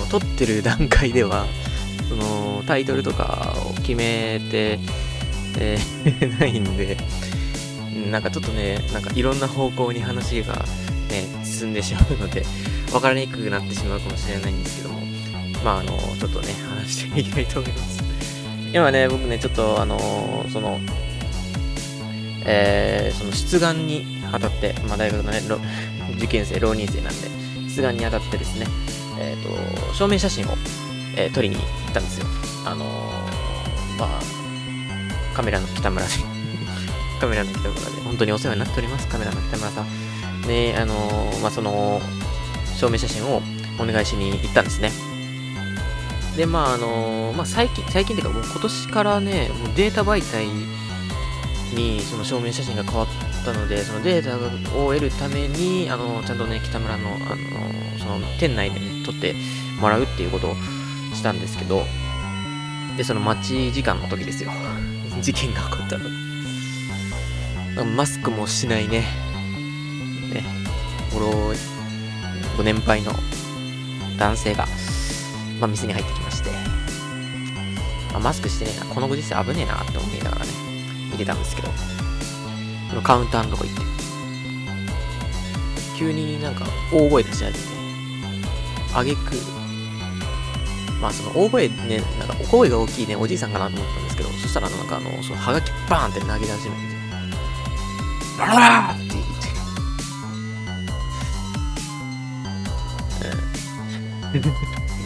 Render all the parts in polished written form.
撮ってる段階ではそのタイトルとかを決めて、ないんで、なんかちょっとね、なんかいろんな方向に話がね進んでしまうので分からにくくなってしまうかもしれないんですけども、まあちょっとね話していきたいと思います。今ね僕ねちょっとその出願にあたって、まあ、大学のね受験生浪人生なんで出願にあたってですね、証明写真を、撮りに行ったんですよ。まあカメラの北村でカメラの北村で本当にお世話になっております。カメラの北村さんで、まあその証明写真をお願いしに行ったんですね。でまあまあ最近っていうかもう今年からねもうデータ媒体にその証明写真が変わったので、そのデータを得るためにちゃんとね北村のその店内で、ね、撮ってもらうっていうことをしたんですけど、でその待ち時間の時ですよ事件が起こったの。マスクもしないねご年配の男性が、まあ、店に入ってきまして、まあ、マスクしてねえな、このご時世危ねえなって思いながらね見てたんですけど、そのカウンターのとこ行って急になんか大声出し始めて、あげくまあその大声ね、なんか声が大きいねおじいさんかなと思ったんですけど、そしたらなんかそのハガキバーンって投げ出しめて、バラーって言ってちょ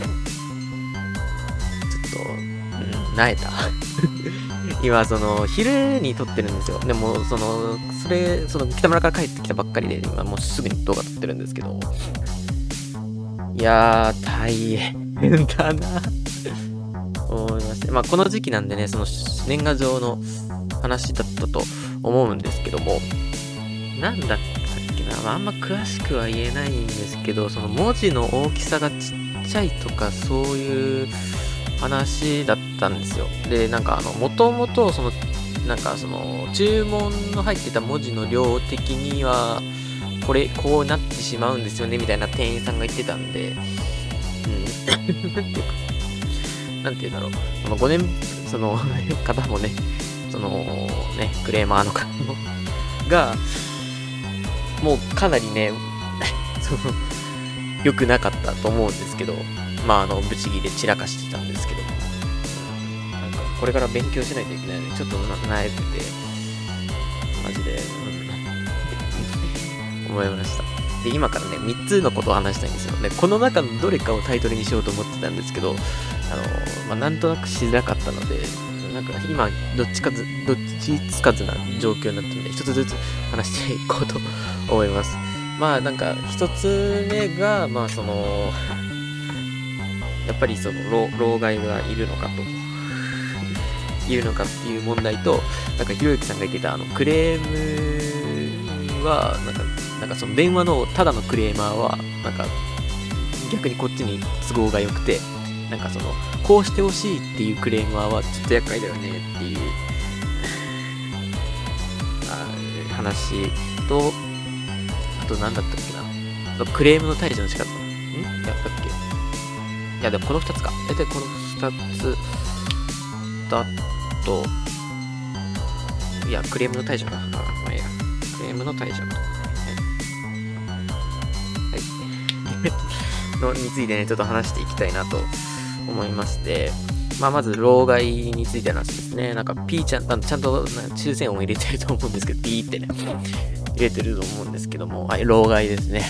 っと、なえた今その昼に撮ってるんですよ。でもその北村から帰ってきたばっかりで今もうすぐに動画撮ってるんですけど、いやー大変だな思いました。まあこの時期なんでね、その年賀状の話だったと思うんですけども、なんだったっけな、まあ、あんま詳しくは言えないんですけど、その文字の大きさがちっちゃいとかそういう話だったんですよ。でなんかもともとそのなんかその注文の入ってた文字の量的にはこうなってしまうんですよねみたいな店員さんが言ってたんで、なんていうんだろう、その5年その方もね、そのねクレーマーの方もがもうかなりねその良くなかったと思うんですけど、まあブチギレ散らかしてたんですけど、なんかこれから勉強しないといけないのでちょっと萎えててマジで、思いました。で今からね3つのことを話したいんですよ。でこの中のどれかをタイトルにしようと思ってたんですけど、まあ、なんとなくしづらかったので、なんか今どっちつかずな状況になったので一つずつ話していこうと思います。まあなんか一つ目がまあそのやっぱりその老害がいるのかっていう問題と、なんかひろゆきさんが言ってたクレームはなんかその電話のただのクレーマーはなんか逆にこっちに都合が良くて、なんかそのこうしてほしいっていうクレーマーはちょっと厄介だよねっていう話と、あと何だったっけな、クレームの対処の仕方やったっけ、いやでもこの2つか、大体この2つだと、いやクレームの対処か、まあいいや、クレームの対処かはいについてねちょっと話していきたいなと思いまして、まあまず老害についての話ですね。なんかピーちゃんちゃんと抽選音入れてると思うんですけど、ピーってね入れてると思うんですけども、はい、老害ですね。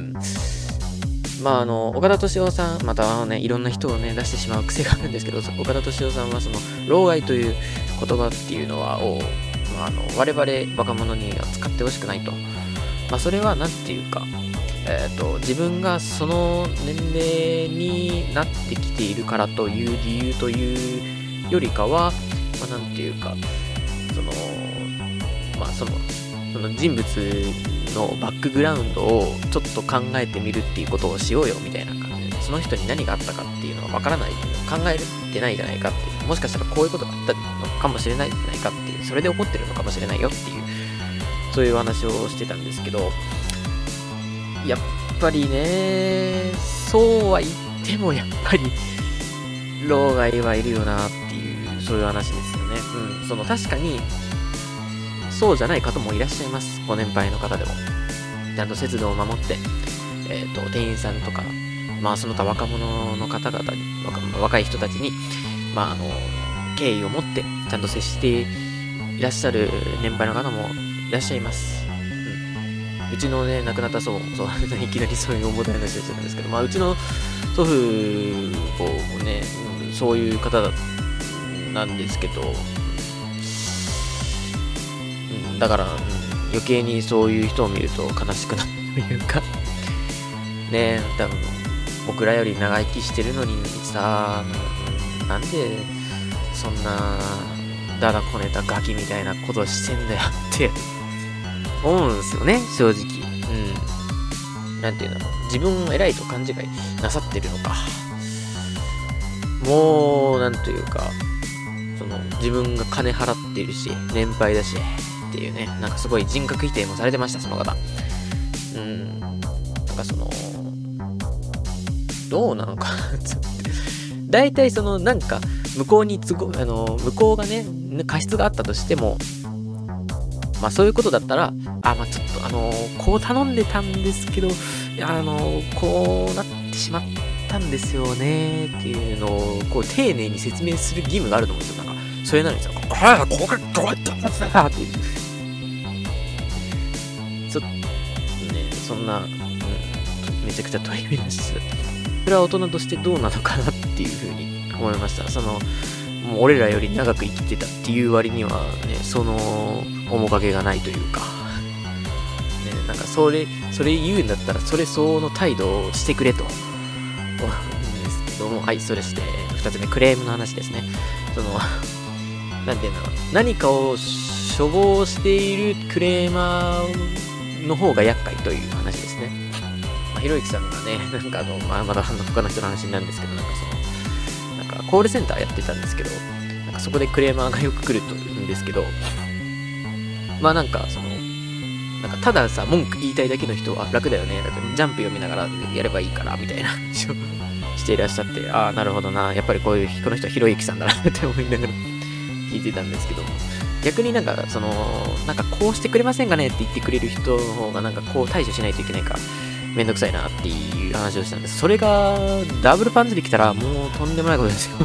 まあ岡田敏夫さん、またねいろんな人をね出してしまう癖があるんですけど、岡田敏夫さんはその老害という言葉っていうのはまあ、我々若者には使ってほしくないと。まあそれはなんていうか、自分がその年齢になってきているからという理由というよりかは、まあ、なんていうかその人物のバックグラウンドをちょっと考えてみるっていうことをしようよみたいな感じで、その人に何があったかっていうのがわからないっていうのを考えてないじゃないかっていう、もしかしたらこういうことがあったのかもしれないじゃないかっていう、それで起こってるのかもしれないよっていう、そういう話をしてたんですけど、やっぱりねそうは言っしてもやっぱり老害はいるよなっていう、そういう話ですよね。その確かにそうじゃない方もいらっしゃいます。ご年配の方でもちゃんと節度を守って、店員さんとか、その他若者の方々に、若い人たちに、敬意を持ってちゃんと接していらっしゃる年配の方もいらっしゃいます。うちのね、亡くなった祖母もそう、いきなりそういう重たい話をしてたんですけど、うちの祖父母もね、そういう方なんですけど、だから、余計にそういう人を見ると悲しくなるというか、ね、多分僕らより長生きしてるのにさ、なんでそんなだだこねたガキみたいなことしてんだよって思うんですよね、正直。なんていうの、自分を偉いと勘違いなさってるのか、もうなんというか、その自分が金払っているし年配だしっていうね、なんかすごい人格否定もされてました、その方。なんかそのどうなのか大体そのなんか向こうに向こうがね過失があったとしても、そういうことだったら、ちょっとこう頼んでたんですけど、こうなってしまったんですよねっていうのをこう丁寧に説明する義務があると思うんですよ。なんかそれなのにさ、これどうやってっていう、ちょっとね、そんな、めちゃくちゃ取り乱しちゃって、それは大人としてどうなのかなっていうふうに思いました。もう俺らより長く生きてたっていう割にはね、その面影がないというか、ね、なんかそれ言うんだったらそれ相応の態度をしてくれと思うんですけども、はい、それして2つ目、クレームの話ですね。なんていうの、何かを処方しているクレーマーの方が厄介という話ですね。ひろゆきさんがね、なんかまだ他の人の話になるんですけど、なんかコールセンターやってたんですけど、なんかそこでクレーマーがよく来ると言うんですけど、なんかたださ、文句言いたいだけの人は楽だよね。だってジャンプ読みながらやればいいから、みたいな話をしていらっしゃって、なるほどな、やっぱりこの人はひろゆきさんだなって思いながら聞いてたんですけど、逆になんかこうしてくれませんかねって言ってくれる人の方がなんかこう対処しないといけないから、めんどくさいなっていう話をしたんです。それがダブルパンチできたらもうとんでもないことですよ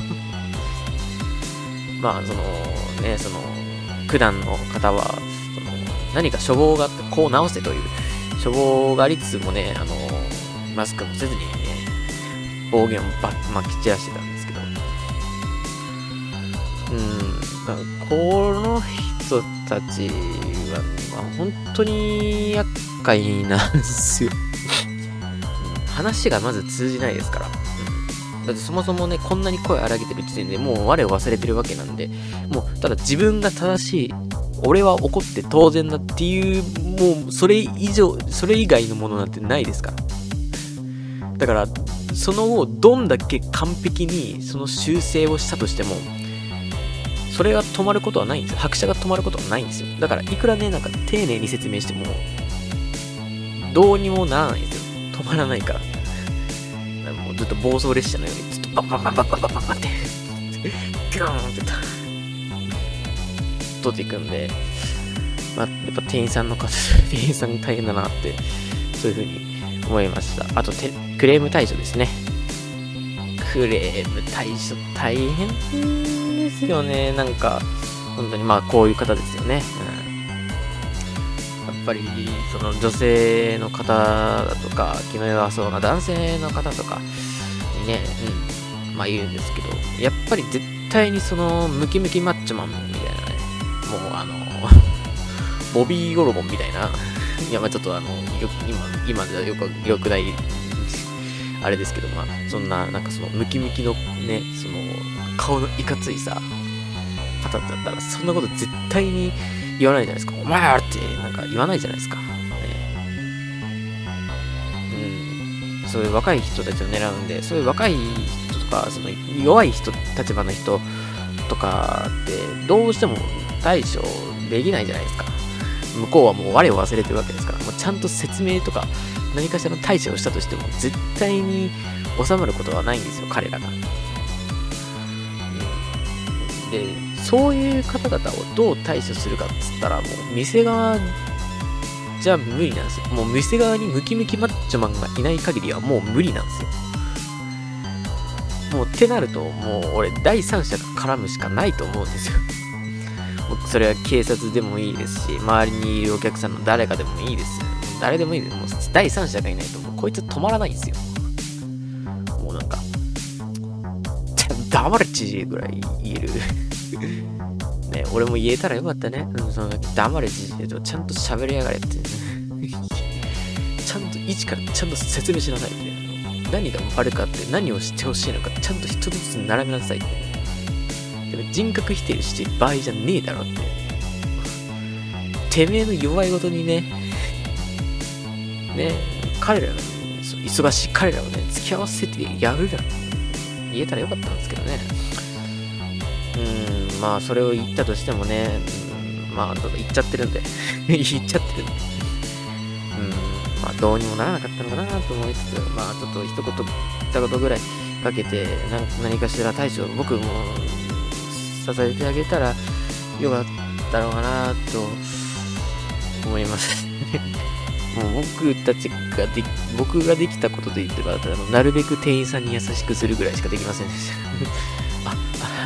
九段の方は何か処方があってこう直せという処方がありつつもね、マスクもせずにね、暴言をまき散らしてたんですけど、この人たちは、本当に厄介なんですよ話がまず通じないですから。だってそもそもね、こんなに声荒げてる時点でもう我を忘れてるわけなんで、もうただ自分が正しい、俺は怒って当然だっていう、もうそれ以外のものなんてないですから。だからその後どんだけ完璧にその修正をしたとしても、それが止まることはないんですよ。拍車が止まることはないんですよ。だからいくらね、なんか丁寧に説明してもどうにもならないんですよ。止まらないから。もうずっと暴走列車のようにずっとバッってピューンって通っていくんで、やっぱ店員さん大変だなって、そういう風に思いました。あとクレーム対処ですね。クレーム対処大変ですよね。なんか本当にこういう方ですよね。やっぱりその女性の方だとか気の弱そうな男性の方とかにね、言うんですけど、やっぱり絶対にそのムキムキマッチョマンみたいなね、もうボビーゴロゴンみたいな、いやちょっと今ではよくないあれですけど、そんななんかそのムキムキのね、その顔のいかついさ方だったらそんなこと絶対に言わないじゃないですか。お前ってなんか言わないじゃないですか。そういう若い人たちを狙うんで、そういう若い人とか、その弱い立場の人とかってどうしても対処できないじゃないですか。向こうはもう我を忘れてるわけですから、もうちゃんと説明とか何かしらの対処をしたとしても、絶対に収まることはないんですよ、彼らが。で、そういう方々をどう対処するかっつったら、もう店側じゃ無理なんですよ。もう店側にムキムキマッチョマンがいない限りはもう無理なんですよ。もうってなると、もう俺第三者が絡むしかないと思うんですよ。もうそれは警察でもいいですし、周りにいるお客さんの誰かでもいいです。誰でもいいです。もう第三者がいないと、もうこいつ止まらないんですよ。もうなんか、黙れ知事ぐらい言える。ね、俺も言えたらよかったね。その黙れ知事とちゃんと喋りやがれって、ね。ちゃんと一からちゃんと説明しなさいって。何が悪かって何をしてほしいのかちゃんと一つずつ並べなさいって。でも人格否定してる場合じゃねえだろって。てめえの弱いごとにね、彼らに、忙しい彼らをね、付き合わせてやるだろ。言えたらよかったんですけどね。まあ、それを言ったとしてもね、まあ、言っちゃってるんで。言っちゃってるんで。まあ、どうにもならなかったのかなと思いつつ、まあ、ちょっと一言ぐらいかけて、何かしら対処を僕も支えてあげたらよかったのかなと思います。もう僕ができたことで言ってば、なるべく店員さんに優しくするぐらいしかできませんでした。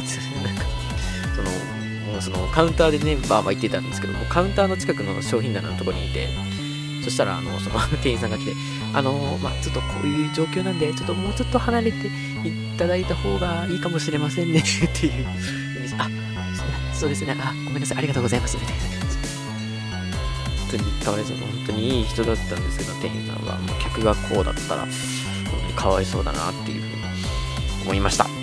そのカウンターでね、バーバー言ってたんですけども、カウンターの近くの商品棚のところにいて、そしたら、その店員さんが来て、まあ、ちょっとこういう状況なんで、ちょっともうちょっと離れていただいた方がいいかもしれませんね、っていう。そうですね、ごめんなさい、ありがとうございます、みたいな感じ。本当にかわいそう、本当にいい人だったんですけど、店員さんは、もう客がこうだったら、本当にかわいそうだな、っていうふうに思いました。